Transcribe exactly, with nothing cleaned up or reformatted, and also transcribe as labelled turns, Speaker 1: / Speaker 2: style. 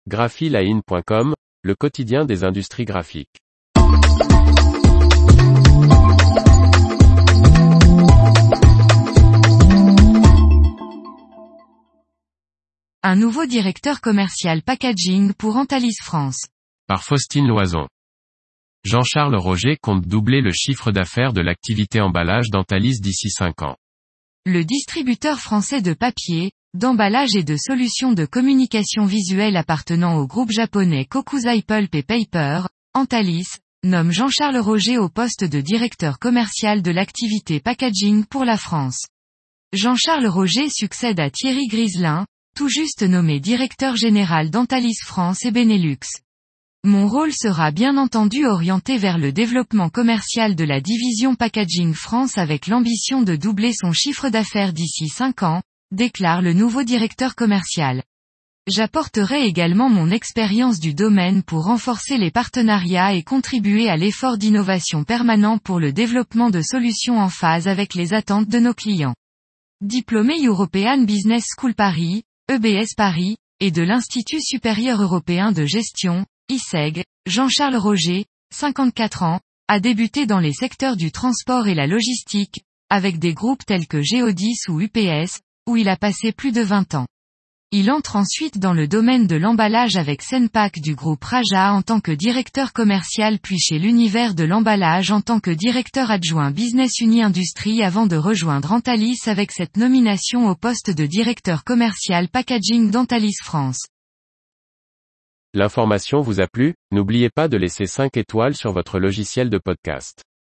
Speaker 1: graphiline point com, le quotidien des industries graphiques.
Speaker 2: Un nouveau directeur commercial packaging pour Antalis France.
Speaker 1: Par Faustine Loison. Jean-Charles Roger compte doubler le chiffre d'affaires de l'activité emballage d'Antalis d'ici cinq ans.
Speaker 2: Le distributeur français de papier, d'emballage et de solutions de communication visuelle appartenant au groupe japonais Kokusai Pulp et Paper, Antalis, nomme Jean-Charles Roger au poste de directeur commercial de l'activité packaging pour la France. Jean-Charles Roger succède à Thierry Griselin, tout juste nommé directeur général d'Antalis France et Benelux. Mon rôle sera bien entendu orienté vers le développement commercial de la division Packaging France avec l'ambition de doubler son chiffre d'affaires d'ici cinq ans, déclare le nouveau directeur commercial. J'apporterai également mon expérience du domaine pour renforcer les partenariats et contribuer à l'effort d'innovation permanent pour le développement de solutions en phase avec les attentes de nos clients. Diplômé European Business School Paris, E B S Paris, et de l'Institut supérieur européen de gestion, I S E G, Jean-Charles Roger, cinquante-quatre ans, a débuté dans les secteurs du transport et la logistique, avec des groupes tels que Geodis ou U P S, où il a passé plus de vingt ans. Il entre ensuite dans le domaine de l'emballage avec Senpak du groupe Raja en tant que directeur commercial puis chez l'univers de l'emballage en tant que directeur adjoint Business Uni Industrie avant de rejoindre Antalis avec cette nomination au poste de directeur commercial packaging d'Antalis France.
Speaker 1: L'information vous a plu? N'oubliez pas de laisser cinq étoiles sur votre logiciel de podcast.